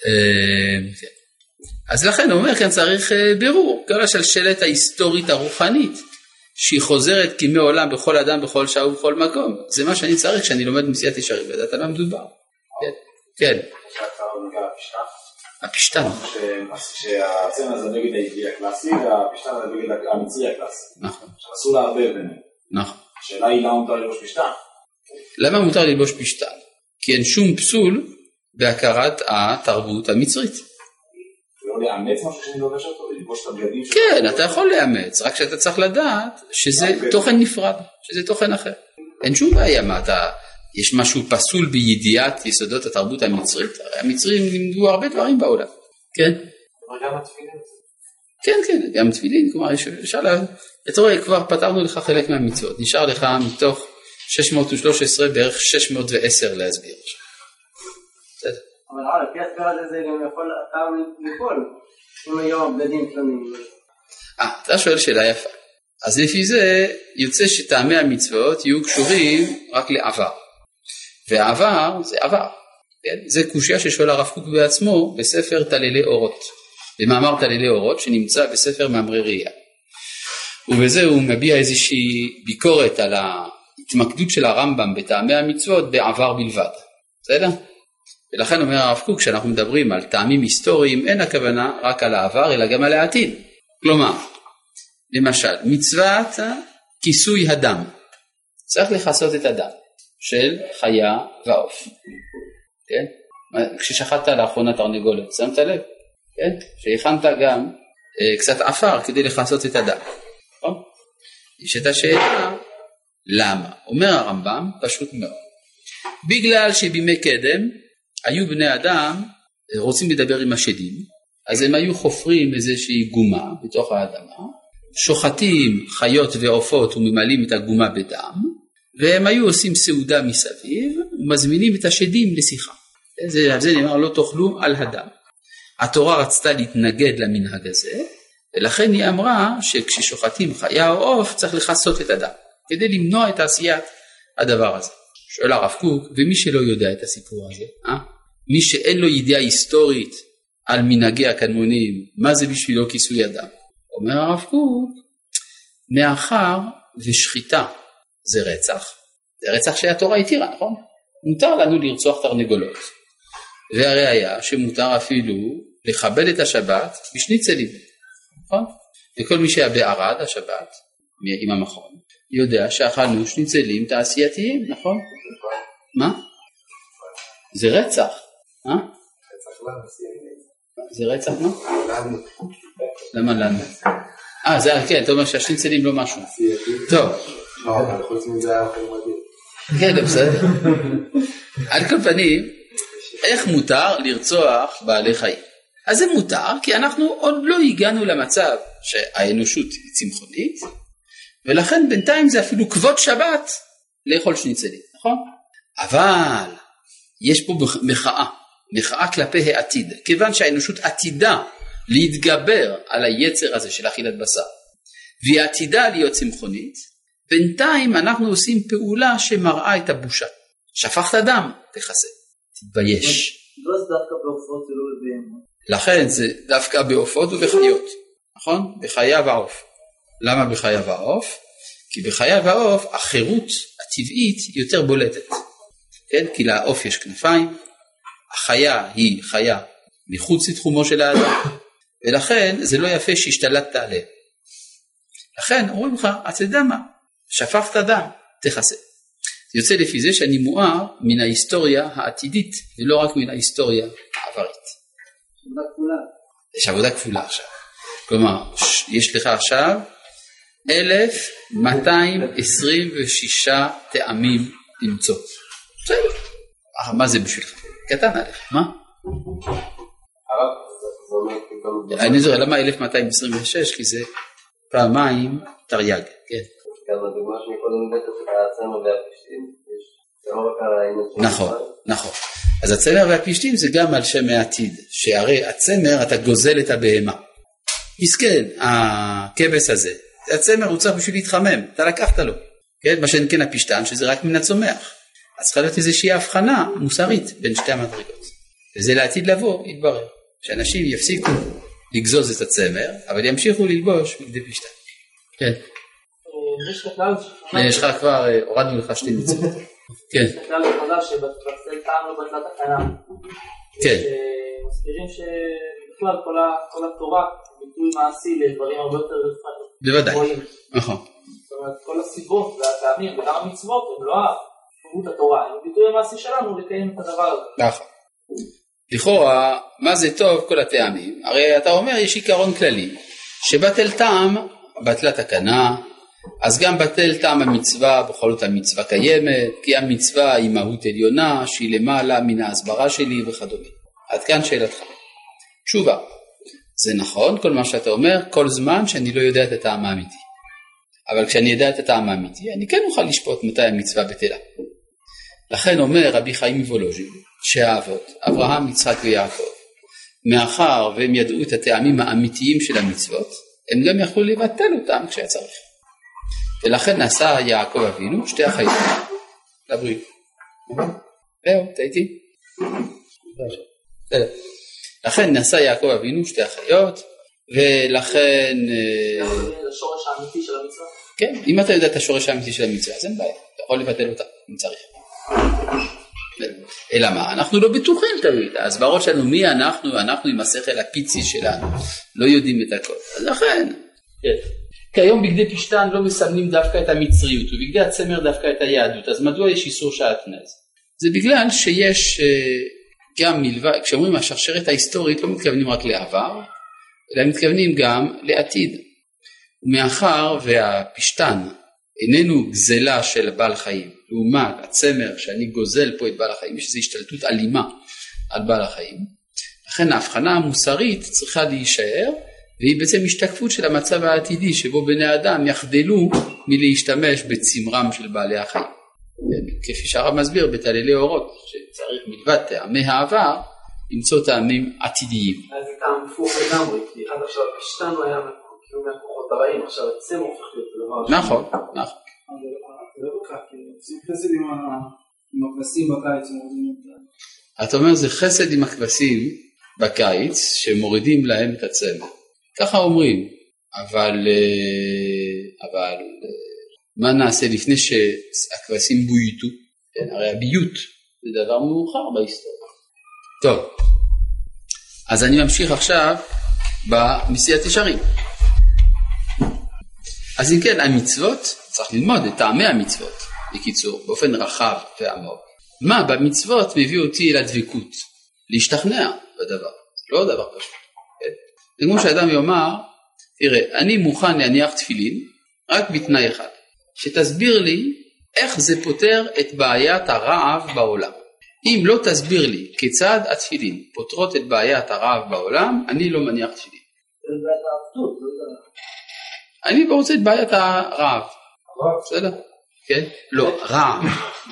[SPEAKER 1] אז לכן הוא אומר כאן צריך בירור. כל השלשלת ההיסטורית הרוחנית שהיא חוזרת כימי עולם בכל אדם, בכל שעה ובכל מקום. זה מה שאני צריך כשאני לומד מסיעת ישרים. לדעת על מה מדובר. כן. הפשטן.
[SPEAKER 2] שהצמא הזה נגד העברי הקלאסי והפשטן הזה נגד המצרי הקלאסי.
[SPEAKER 1] נכון.
[SPEAKER 2] שעשו לה הרבה ביניהם.
[SPEAKER 1] נכון.
[SPEAKER 2] השאלה היא למה מותר ללבוש פשטן?
[SPEAKER 1] למה מותר ללבוש פשטן? כי אין שום פסול בהכרת התרבות המצרית.
[SPEAKER 2] לא לאמץ משהו שאני לובש אותו, ללבוש את הבגדים שלו?
[SPEAKER 1] כן, אתה יכול לאמץ, רק שאתה צריך לדעת שזה תוכן נפרד, שזה תוכן אחר. אין שום בעיה, מה אתה, יש משהו פסול בידיעת יסודות התרבות המצרית? הרי המצרים לימדו הרבה דברים בעולם. כן?
[SPEAKER 5] גם התפילין?
[SPEAKER 1] כן, כן, גם תפילין, כלומר, אפשר לה... אתה רואה, כבר פתרנו לך חלק מהמצוות, נשאר לך מתוך שש מאות ושלוש עשרה בערך שש מאות ועשר להסביר.
[SPEAKER 3] אבל על לפי הסברה הזה גם יכול אתה ליפול, אם היום הבגדים קטנים.
[SPEAKER 1] אה, אתה שואל שאלה יפה. אז לפי זה יוצא שטעמי המצוות יהיו קשורים רק לעבר. והעבר זה עבר. זה קושיה ששואל הרב קוק בעצמו בספר תללי אורות. במאמר תללי אורות שנמצא בספר מאמרי ראייה. ובזה הוא מביע איזושהי ביקורת על ההתמקדות של הרמב"ם בטעמי המצוות בעבר בלבד. בסדר? ולכן אומר הרב קוק, כשאנחנו מדברים על טעמים היסטוריים, אין הכוונה רק על העבר, אלא גם על העתיד. כלומר, למשל, מצוות כיסוי הדם. צריך לכסות את הדם של חיה ועוף. כן? כששחטת לאחרונה תרנגולת, שמת לב? כן? שהכנת גם אה, קצת עפר כדי לכסות את הדם. נכון? יש את השאלה, למה? אומר הרמב"ם, פשוט מאוד. בגלל שבימי קדם, היו בני אדם רוצים לדבר עם השדים, אז הם היו חופרים איזושהי גומה בתוך האדמה, שוחטים חיות ועופות וממלאים את הגומה בדם, והם היו עושים סעודה מסביב ומזמינים את השדים לשיחה. זה, זה נאמר לא תאכלו על הדם. התורה רצתה להתנגד למנהג הזה, ולכן היא אמרה שכששוחטים חיה או עוף צריך לכסות את הדם, כדי למנוע את עשיית הדבר הזה. שואל הרב קוק, ומי שלא יודע את הסיפור הזה, אה? מי שאין לו ידיעה היסטורית על מנהגי הקדמונים, מה זה בשבילו כיסוי אדם? אומר הרב קוק, מאחר ושחיטה זה רצח, זה רצח שהתורה התירה, נכון? מותר לנו לרצוח תרנגולות, והראיה שמותר אפילו לכבד את השבת בשניצלים, נכון? וכל מי שהיה בערד השבת, עם המכון, יודע שאכלנו שניצלים תעשייתיים, נכון? מה? זה רצח, אה? זה רצח מה? למה לנו? אה, זה, כן, אתה אומר שהשניצלים לא משהו. טוב.
[SPEAKER 5] חוץ מזה היה אוכל מדהים.
[SPEAKER 1] כן, בסדר. על כל פנים, איך מותר לרצוח בעלי חיים? אז זה מותר, כי אנחנו עוד לא הגענו למצב שהאנושות היא צמחונית, ולכן בינתיים זה אפילו כבוד שבת לאכול שניצלים, נכון? אבל יש פה מחאה, מחאה כלפי העתיד, כיוון שהאנושות עתידה להתגבר על היצר הזה של אכילת בשר, והיא עתידה להיות צמחונית, בינתיים אנחנו עושים פעולה שמראה את הבושה. שפכת דם, תכסה, תתבייש.
[SPEAKER 3] לא זה דווקא בעופות ולא בבהמות.
[SPEAKER 1] לכן זה דווקא בעופות ובחיות, נכון? בחיה ועוף. למה בחיה ועוף? כי בחיה ועוף החירות הטבעית יותר בולטת. כן? כי לעוף יש כנפיים, החיה היא חיה מחוץ לתחומו של האדם, ולכן זה לא יפה שהשתלטת עליהם. לכן אומרים לך, אתה יודע מה, שפכת דם, תכסה. זה יוצא לפי זה שאני מואר מן ההיסטוריה העתידית, ולא רק מן ההיסטוריה העברית.
[SPEAKER 3] עבודה כפולה.
[SPEAKER 1] יש עבודה כפולה עכשיו. כלומר, יש לך עכשיו אלף מאתיים עשרים ושישה טעמים למצוא. בסדר. מה זה בשבילך? קטן עליך, מה? אני זוכר, למה אלף מאתיים עשרים ושש? כי זה פעמיים תרי"ג, כן. נכון, נכון. אז הצמר והפשתים זה גם על שם העתיד, שהרי הצמר אתה גוזל את הבהמה. מסכן, הכבש הזה, הצמר הוא צריך בשביל להתחמם, אתה לקחת לו. כן, מה שאין כן הפשתן, שזה רק מן הצומח. אז צריכה להיות איזושהי הבחנה מוסרית בין שתי המדרגות. וזה לעתיד לבוא, יתברר. שאנשים יפסיקו לגזוז את הצמר, אבל ימשיכו ללבוש בגדי פשתן. כן. יש לך כבר, הורדנו לך שתי מצוות. כן.
[SPEAKER 3] יש כלל חז"ל שבצל טעם לא בטלה תקנה.
[SPEAKER 1] כן.
[SPEAKER 3] שמסבירים שבכלל כל התורה ביטוי מעשי לדברים הרבה יותר
[SPEAKER 1] בוודאי. נכון.
[SPEAKER 3] זאת אומרת, כל הסיבות והטעמים וגם המצוות הם לא מהות התורה, הם ביטוי המעשי שלנו לקיים את הדבר הזה.
[SPEAKER 1] נכון. לכאורה, מה זה טוב כל הטעמים? הרי אתה אומר יש עיקרון כללי, שבטל טעם, בטלה תקנה, אז גם בטל טעם המצווה, בכל זאת המצווה קיימת, כי המצווה היא מהות עליונה, שהיא למעלה מן ההסברה שלי וכדומה. עד כאן שאלתך. תשובה, זה נכון כל מה שאתה אומר, כל זמן שאני לא יודע את הטעם האמיתי. אבל כשאני יודע את הטעם האמיתי, אני כן אוכל לשפוט מתי המצווה בטלה. לכן אומר רבי חיים מוולוז'ין, שהאבות, אברהם, יצחק ויעקב, מאחר והם ידעו את הטעמים האמיתיים של המצוות, הם גם יכלו לבטל אותם כשהיה צריך. ולכן נעשה יעקב אבינו שתי אחיות לבריאות. זהו, תהייתי? לכן נעשה יעקב אבינו שתי אחיות, ולכן...
[SPEAKER 3] השורש האמיתי של המצווה?
[SPEAKER 1] כן, אם אתה יודע את השורש האמיתי של המצווה, אז אין בעיה, אתה יכול לבטל אותה, אם צריך. אלא מה? אנחנו לא בטוחים תמיד, ההסברות שלנו מי אנחנו, אנחנו עם השכל הפיצי שלנו, לא יודעים את הכל. אז לכן, כי היום בגדי פשתן לא מסמנים דווקא את המצריות, ובגדי הצמר דווקא את היהדות, אז מדוע יש איסור שעטנז? זה בגלל שיש גם מלבד, כשאומרים השרשרת ההיסטורית לא מתכוונים רק לעבר, אלא מתכוונים גם לעתיד. ומאחר והפשתן איננו גזלה של בעל חיים, לעומת הצמר שאני גוזל פה את בעל החיים, יש איזו השתלטות אלימה על בעל החיים, לכן ההבחנה המוסרית צריכה להישאר, והיא בעצם השתקפות של המצב העתידי, שבו בני אדם יחדלו מלהשתמש בצמרם של בעלי החיים. כפי שהרב מסביר בתעללי אורות, שצריך מלבד טעמי העבר, למצוא טעמים עתידיים.
[SPEAKER 5] אז זה טעם הפוך לגמרי, כי עד עכשיו פשתן לא היה כאילו מהכוחות הרעים, עכשיו הצמר הופך להיות דבר...
[SPEAKER 1] נכון, נכון.
[SPEAKER 5] זה לא בכך, כי עושים חסד עם הכבשים בקיץ שמורידים את...
[SPEAKER 1] אתה אומר, זה חסד עם הכבשים בקיץ, שמורידים להם את הצמר. ככה אומרים, אבל, אבל מה נעשה לפני שהכבשים בויתו? כן, הרי הביות זה דבר מאוחר בהיסטוריה. טוב, אז אני ממשיך עכשיו במסיעת ישרים. אז אם כן, המצוות, צריך ללמוד את טעמי המצוות, בקיצור, באופן רחב ועמוק. מה במצוות מביא אותי לדבקות? להשתכנע בדבר, זה לא דבר פשוט. כן? זה כמו שאדם יאמר, תראה, אני מוכן להניח תפילין, רק בתנאי אחד, שתסביר לי איך זה פותר את בעיית הרעב בעולם. אם לא תסביר לי כיצד התפילין פותרות את בעיית הרעב בעולם, אני לא מניח תפילין. אני רוצה את בעיית הרעב. בסדר? כן? לא, רעב.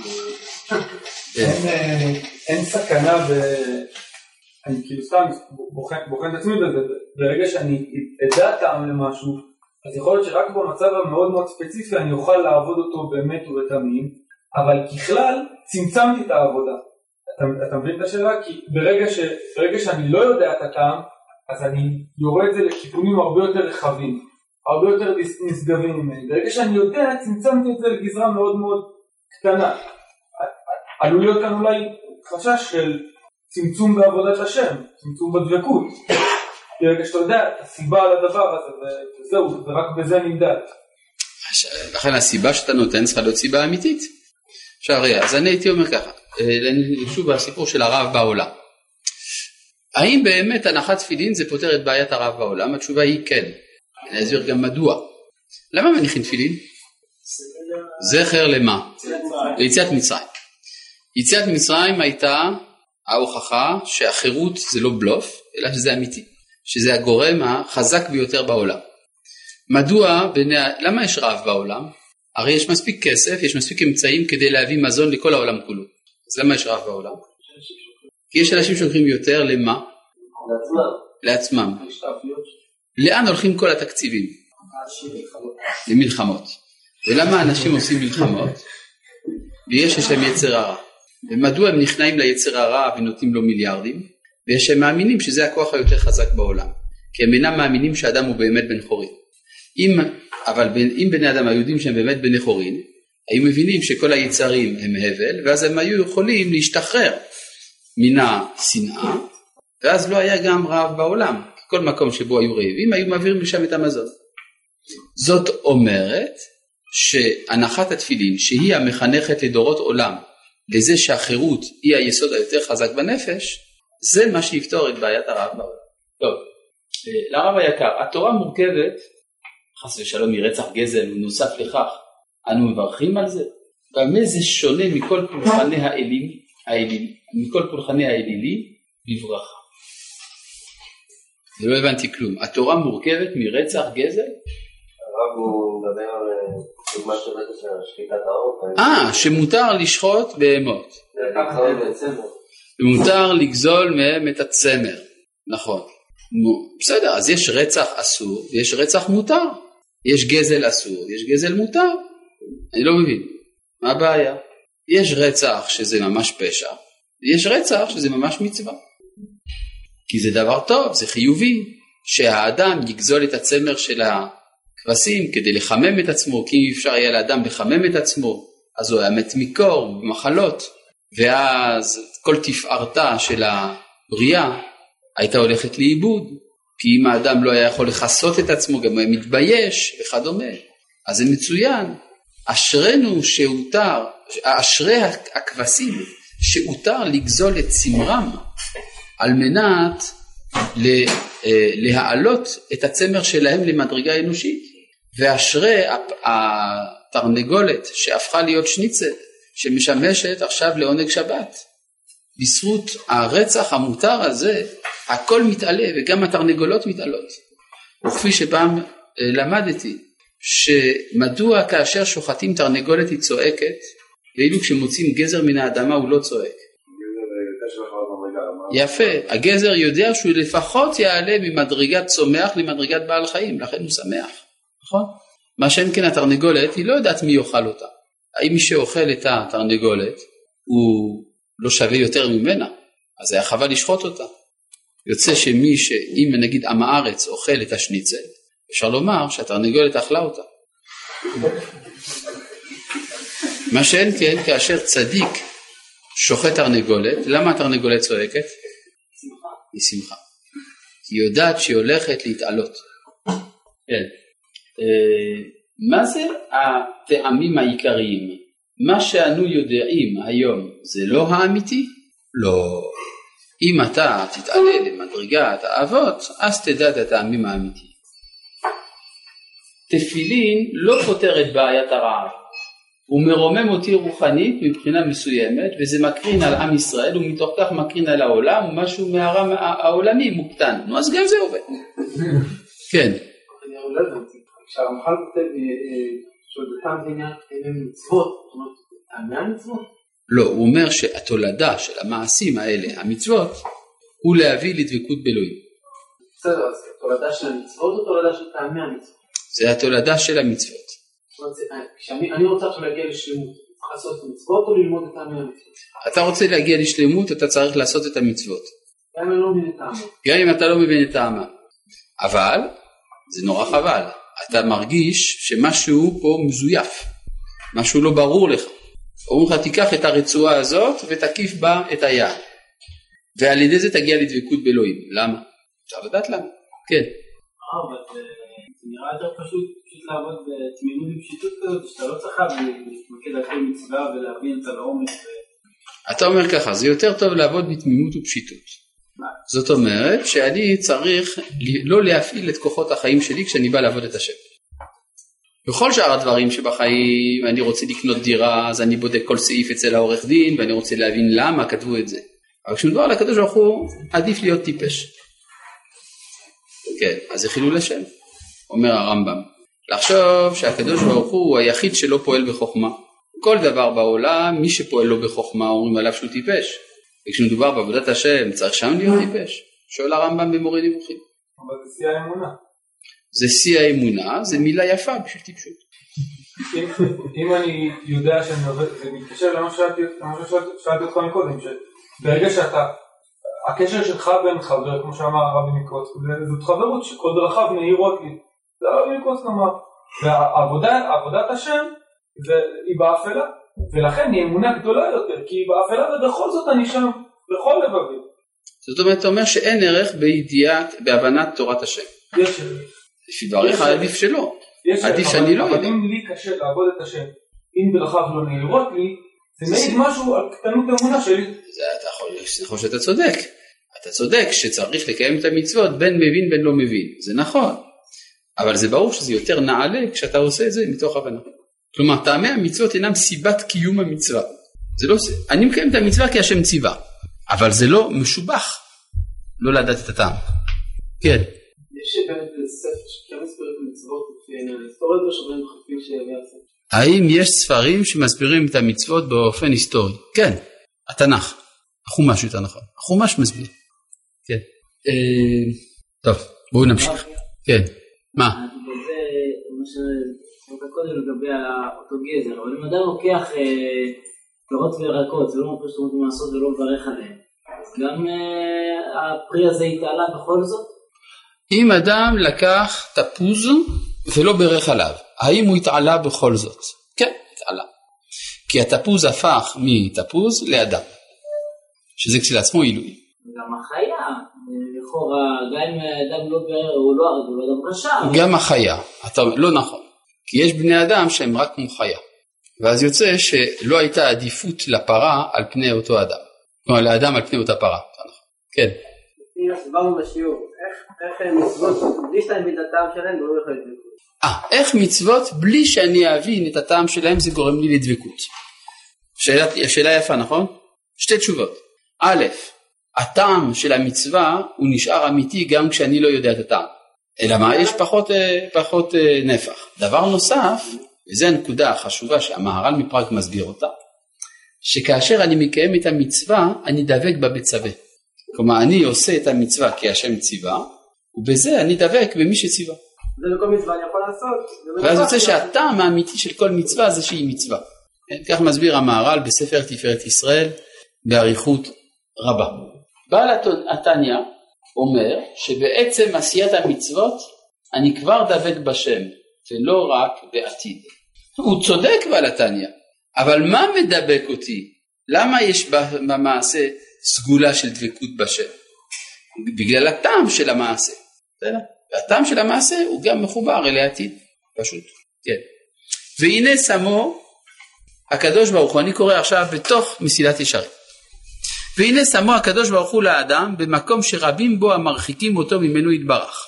[SPEAKER 4] אין סכנה ב... אני כאילו סתם בוחן את עצמי בזה, ברגע שאני אדע טעם למשהו, אז יכול להיות שרק במצב המאוד מאוד ספציפי אני אוכל לעבוד אותו באמת ובתמים, אבל ככלל צמצמתי את העבודה. אתה, אתה מבין את השאלה? כי ברגע, ש, ברגע שאני לא יודע את הטעם, אז אני יורד את זה לכיוונים הרבה יותר רחבים, הרבה יותר נשגבים ממני. ברגע שאני יודע, צמצמתי את זה לגזרה מאוד מאוד קטנה. עלול להיות כאן אולי חשש של צמצום בעבודת השם, צמצום בדבקות. ברגע שאתה יודע את הסיבה על הדבר הזה, וזהו, ורק בזה נמדד.
[SPEAKER 1] לכן הסיבה שאתה נותן צריכה להיות סיבה אמיתית. עכשיו רגע, אז אני הייתי אומר ככה, שוב הסיפור של הרעב בעולם. האם באמת הנחת תפילין זה פותר את בעיית הרעב בעולם? התשובה היא כן. אני אסביר גם מדוע. למה מניחים תפילין? זכר למה? ליציאת מצרים. יציאת מצרים הייתה ההוכחה שהחירות זה לא בלוף, אלא שזה אמיתי. שזה הגורם החזק ביותר בעולם. מדוע, בני, למה יש רעב בעולם? הרי יש מספיק כסף, יש מספיק אמצעים כדי להביא מזון לכל העולם כולו. אז למה יש רעב בעולם? כי יש אנשים שולחים יותר למה?
[SPEAKER 2] לעצמם.
[SPEAKER 1] לעצמם. לאן הולכים כל התקציבים? למלחמות. ולמה אנשים עושים מלחמות? ויש יש להם יצר הרע. ומדוע הם נכנעים ליצר הרע ונותנים לו מיליארדים? ויש הם מאמינים שזה הכוח היותר חזק בעולם. כי הם אינם מאמינים שאדם הוא באמת בן חורין. אם, אבל אם בני אדם היהודים שהם באמת בני חורין, היו מבינים שכל היצרים הם הבל, ואז הם היו יכולים להשתחרר מן השנאה, ואז לא היה גם רעב בעולם. כל מקום שבו היו רעבים, היו מעבירים לשם את המזון. זאת אומרת שהנחת התפילין, שהיא המחנכת לדורות עולם, לזה שהחירות היא היסוד היותר חזק בנפש, זה מה שיפתור את בעיית הרעב בעולם. טוב, לרב היקר, התורה מורכבת, חס ושלום מרצח גזל, ונוסף לכך, אנו מברכים על זה. במה זה שונה מכל פולחני האלילים, האליל, מכל פולחני האלילי, בברכה. זה לא הבנתי כלום. התורה מורכבת מרצח גזל?
[SPEAKER 2] הרב הוא מדבר על דוגמה של שחיטת העוף.
[SPEAKER 1] אה, שמותר לשחוט בהמות. ומותר לגזול מהם את הצמר. נכון. בסדר, אז יש רצח אסור ויש רצח מותר. יש גזל אסור, יש גזל מותר. אני לא מבין. מה הבעיה? יש רצח שזה ממש פשע, ויש רצח שזה ממש מצווה. כי זה דבר טוב, זה חיובי, שהאדם יגזול את הצמר של הכבשים כדי לחמם את עצמו, כי אם אפשר היה לאדם לחמם את עצמו, אז הוא היה מת מקור ומחלות, ואז כל תפארתה של הבריאה הייתה הולכת לאיבוד, כי אם האדם לא היה יכול לחסות את עצמו, גם הוא היה מתבייש וכדומה. אז זה מצוין. אשרנו שהותר, אשרי הכבשים שהותר לגזול את צמרם, על מנת להעלות את הצמר שלהם למדרגה אנושית. ואשרי התרנגולת שהפכה להיות שניצל, שמשמשת עכשיו לעונג שבת. בזכות הרצח המותר הזה, הכל מתעלה וגם התרנגולות מתעלות. וכפי שפעם למדתי, שמדוע כאשר שוחטים תרנגולת היא צועקת, ואילו כשמוצאים גזר מן האדמה הוא לא צועק. יפה, הגזר יודע שהוא לפחות יעלה ממדרגת צומח למדרגת בעל חיים, לכן הוא שמח, נכון? מה שאין כן התרנגולת, היא לא יודעת מי יאכל אותה. האם מי שאוכל את התרנגולת הוא לא שווה יותר ממנה, אז היה חבל לשחוט אותה. יוצא שמי שאם נגיד עם הארץ אוכל את השניצל, אפשר לומר שהתרנגולת אכלה אותה. מה שאין כן, כאשר צדיק שוחט תרנגולת, למה התרנגולת צועקת?
[SPEAKER 3] שמחה.
[SPEAKER 1] היא שמחה. היא יודעת שהיא הולכת להתעלות. כן. מה זה הטעמים העיקריים? מה שאנו יודעים היום זה לא האמיתי? לא. אם אתה תתעלה למדרגת האבות, אז תדע את הטעמים האמיתיים. תפילין לא פותר את בעיית הרעב. הוא מרומם אותי רוחנית מבחינה מסוימת, וזה מקרין על עם ישראל, ומתוך כך מקרין על העולם, ומשהו מהרם העולמי מוקטן. נו, אז גם זה עובד. כן.
[SPEAKER 5] אני לא הבנתי. כשהרמח"ל כותב שולדתם אינם מצוות, זאת אומרת, טעמי המצוות?
[SPEAKER 1] לא, הוא אומר שהתולדה של המעשים האלה, המצוות, הוא להביא לדבקות באלוהים.
[SPEAKER 5] בסדר, אז תולדה של המצוות או תולדה של טעמי המצוות?
[SPEAKER 1] זה התולדה של המצוות.
[SPEAKER 5] זאת אומרת, כשאני רוצה עכשיו להגיע לשלמות, צריך לעשות את המצוות או ללמוד את טעמי המצוות?
[SPEAKER 1] אתה רוצה להגיע לשלמות, אתה צריך לעשות את המצוות.
[SPEAKER 5] גם אם אני לא מבין את טעמם.
[SPEAKER 1] גם אם אתה לא מבין את טעמם. אבל, זה נורא חבל. אתה מרגיש שמשהו פה מזויף. משהו לא ברור לך. אומרים לך, תיקח את הרצועה הזאת ותקיף בה את היד. ועל ידי זה תגיע לדבקות באלוהים. למה? אפשר לדעת למה. כן.
[SPEAKER 5] אבל זה נראה יותר פשוט, פשוט לעבוד בתמימות ופשיטות כזאת, שאתה לא צריך להתמקד על כל מצווה ולהבין את העומק.
[SPEAKER 1] אתה אומר ככה, זה יותר טוב לעבוד בתמימות ופשיטות. זאת אומרת שאני צריך לא להפעיל את כוחות החיים שלי כשאני בא לעבוד את השם. בכל שאר הדברים שבחיים, אני רוצה לקנות דירה, אז אני בודק כל סעיף אצל העורך דין, ואני רוצה להבין למה כתבו את זה. אבל כשמדבר על הקדוש ברוך הוא, עדיף להיות טיפש. כן, אז זה חילול השם, אומר הרמב"ם. לחשוב שהקדוש ברוך הוא היחיד שלא פועל בחוכמה. כל דבר בעולם, מי שפועל לא בחוכמה, אומרים עליו שהוא טיפש. וכשמדובר בעבודת השם, צריך שם להיות טיפש. שואל הרמב"ם במורה נבוכים.
[SPEAKER 4] אבל זה שיא האמונה.
[SPEAKER 1] זה שיא האמונה, זה מילה יפה בשביל טיפשות.
[SPEAKER 4] אם אני יודע שאני עובד, זה מתקשר למה ששאלתי אותך מקודם, שברגע שאתה, הקשר שלך בין חבר, כמו שאמר הרבי מקוץ, זאת חברות שכל דרכיו נהירות לי. זה הרבי מקוץ אמר. ועבודת השם, היא באפלה, ולכן היא אמונה גדולה יותר, כי היא באפלה ובכל זאת אני שם, בכל לבבי.
[SPEAKER 1] זאת אומרת, אתה אומר שאין ערך בידיעת, בהבנת תורת השם.
[SPEAKER 4] יש ערך.
[SPEAKER 1] לפי דבריך עדיף שלא. עדיף שאני לא יודע.
[SPEAKER 4] אבל אם לי קשה לעבוד את השם, אם דרכיו לא נהירות לי, זה מעיד משהו על קטנות אמונה שלי.
[SPEAKER 1] זה אתה יכול שאתה צודק. אתה צודק שצריך לקיים את המצוות בין מבין בין לא מבין. זה נכון. אבל זה ברור שזה יותר נעלה כשאתה עושה את זה מתוך הבנה. כלומר, טעמי המצוות אינם סיבת קיום המצווה. זה לא, אני מקיים את המצווה כי השם ציווה. אבל זה לא משובח לא לדעת את הטעם. כן.
[SPEAKER 5] יש באמת ספר שכן מסבירים את המצוות לפי ההיסטוריה או שברים חפים שיביא הספר?
[SPEAKER 1] האם יש ספרים שמסבירים את המצוות באופן היסטורי? כן, התנ"ך. החומש יותר נכון. החומש מסביר. כן. טוב, בואו נמשיך. כן. מה?
[SPEAKER 3] זה מה שאתה קודם לגבי אותו גזר, אבל אם אדם לוקח פירות וירקות, זה לא מפריע שאתם רוצים לעשות ולא מברך עליהם, אז גם הפרי הזה יתעלה בכל זאת?
[SPEAKER 1] אם אדם לקח תפוז ולא ברך עליו, האם הוא יתעלה בכל זאת? כן, יתעלה. כי התפוז הפך מתפוז לאדם, שזה כשלעצמו עילוי.
[SPEAKER 3] גם החיה, לכאורה, גם אם האדם לא ברך, הוא לא הרגע, הוא לא אדם רשע.
[SPEAKER 1] גם החיה, אתה אומר, לא נכון. כי יש בני אדם שהם רק כמו חיה. ואז יוצא שלא הייתה עדיפות לפרה על פני אותו אדם. כלומר, לאדם על פני אותה פרה. כן.
[SPEAKER 5] הנה, סברנו בשיעור. איך מצוות, בלי שאתה מבין את הטעם שלהם, גורם לך לדבקות.
[SPEAKER 1] אה, איך מצוות, בלי שאני אבין את הטעם שלהם, זה גורם לי לדבקות. שאלה, שאלה יפה, נכון? שתי תשובות. א', הטעם של המצווה הוא נשאר אמיתי גם כשאני לא יודע את הטעם. אלא מה? יש פחות, פחות נפח. דבר נוסף, וזו הנקודה החשובה שהמהר"ל מפראג מסביר אותה, שכאשר אני מקיים את המצווה, אני דבק בה בצווה. כלומר, אני עושה את המצווה כי השם ציווה, ובזה אני דבק במי שציווה.
[SPEAKER 5] זה לכל מצווה אני יכול לעשות.
[SPEAKER 1] ואז יוצא שהטעם האמיתי של כל מצווה זה שהיא מצווה. כך מסביר המהר"ל בספר תפארת ישראל, באריכות רבה. בעל התניא אומר שבעצם עשיית המצוות אני כבר דבק בשם, ולא רק בעתיד. הוא צודק בעל התניא, אבל מה מדבק אותי? למה יש במעשה סגולה של דבקות בשם? בגלל הטעם של המעשה. והטעם של המעשה הוא גם מחובר אל העתיד, פשוט. כן. והנה שמו הקדוש ברוך הוא, אני קורא עכשיו בתוך מסילת ישרים. והנה שמו הקדוש ברוך הוא לאדם במקום שרבים בו המרחיקים אותו ממנו יתברך.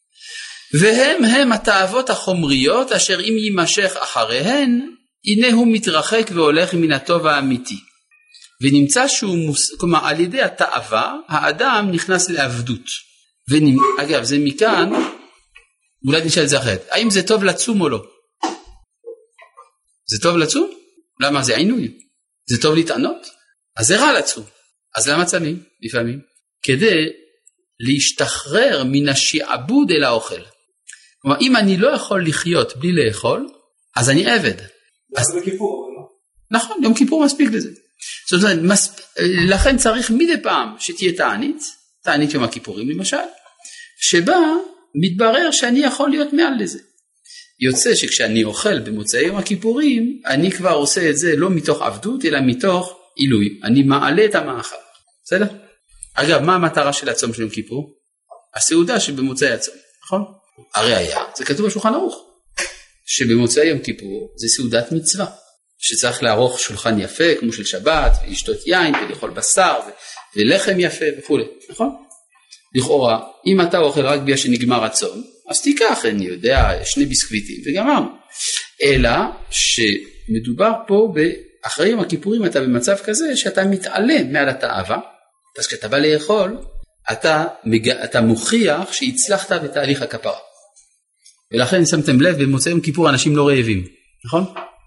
[SPEAKER 1] והם הם התאוות החומריות אשר אם יימשך אחריהן, הנה הוא מתרחק והולך מן הטוב האמיתי. ונמצא שהוא, מוס... כלומר על ידי התאווה, האדם נכנס לעבדות. ונמ... אגב, זה מכאן, אולי נשאל את זה אחרת, האם זה טוב לצום או לא? זה טוב לצום? למה זה עינוי? זה טוב להתענות? אז זה רע לצום. אז למה צמים? לפעמים. כדי להשתחרר מן השעבוד אל האוכל. כלומר, אם אני לא יכול לחיות בלי לאכול, אז אני עבד.
[SPEAKER 4] אז זה כיפור, לא?
[SPEAKER 1] נכון, יום כיפור מספיק לזה. זאת אומרת, מספ... לכן צריך מדי פעם שתהיה תענית, תענית יום הכיפורים למשל, שבה מתברר שאני יכול להיות מעל לזה. יוצא שכשאני אוכל במוצאי יום הכיפורים, אני כבר עושה את זה לא מתוך עבדות, אלא מתוך עילוי. אני מעלה את המאכל. בסדר? אגב, מה המטרה של הצום של יום כיפור? הסעודה שבמוצאי הצום, נכון? הראיה, זה כתוב בשולחן ערוך, שבמוצאי יום כיפור זה סעודת מצווה, שצריך לערוך שולחן יפה כמו של שבת, ולשתות יין ולאכול בשר ו- ולחם יפה וכו', נכון? לכאורה, אם אתה אוכל רק בגלל שנגמר הצום, אז תיקח, אני יודע, שני ביסקוויטים וגמרנו. אלא שמדובר פה, אחרי יום הכיפורים אתה במצב כזה שאתה מתעלם מעל התאווה, אז כשאתה בא לאכול, אתה, אתה מוכיח שהצלחת בתהליך הכפרה. ולכן שמתם לב, במוצאי יום כיפור אנשים לא רעבים, נכון?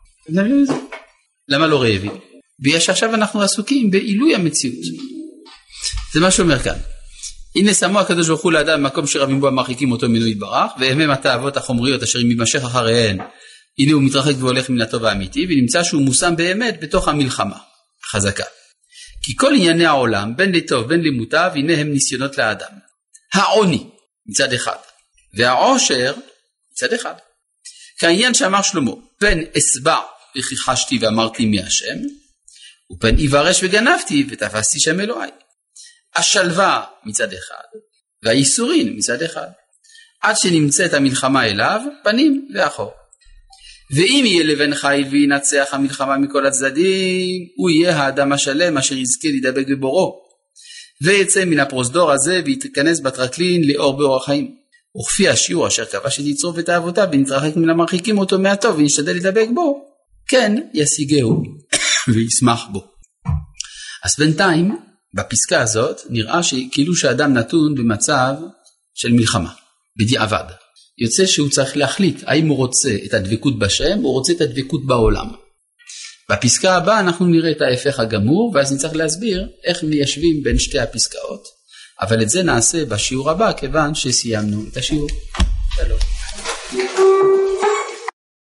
[SPEAKER 1] למה לא רעבים? בגלל שעכשיו אנחנו עסוקים בעילוי המציאות. זה מה שאומר כאן. הנה שמו הקדוש ברוך הוא לאדם במקום שרבים בו המרחיקים אותו ממנו יתברך, והם הם התאוות החומריות אשר יימשך אחריהן, הנה הוא מתרחק והולך מן הטוב האמיתי, ונמצא שהוא מושם באמת בתוך המלחמה חזקה. כי כל ענייני העולם, בין לטוב בין למוטב, הנה הם ניסיונות לאדם. העוני מצד אחד, והעושר מצד אחד. כעניין שאמר שלמה, פן אסבע וכיחשתי ואמרתי מי השם, ופן יברש וגנבתי ותפסתי שם אלוהי. השלווה מצד אחד, והייסורין מצד אחד, עד שנמצאת המלחמה אליו, פנים ואחור. ואם יהיה לבן חיל וינצח המלחמה מכל הצדדים, הוא יהיה האדם השלם אשר יזכה להידבק בבורו, ויצא מן הפרוזדור הזה ויתכנס בטרקלין לאור באור החיים. וכפי השיעור אשר כבש את יצרו ותאוותיו ונתרחק מן המרחיקים אותו מהטוב ונשתדל להידבק בו, כן ישיגהו וישמח בו. אז בינתיים, בפסקה הזאת נראה שכאילו שהאדם נתון במצב של מלחמה, בדיעבד. יוצא שהוא צריך להחליט האם הוא רוצה את הדבקות בשם או רוצה את הדבקות בעולם. בפסקה הבאה אנחנו נראה את ההפך הגמור, ואז נצטרך להסביר איך מיישבים בין שתי הפסקאות, אבל את זה נעשה בשיעור הבא כיוון שסיימנו את השיעור. שלום.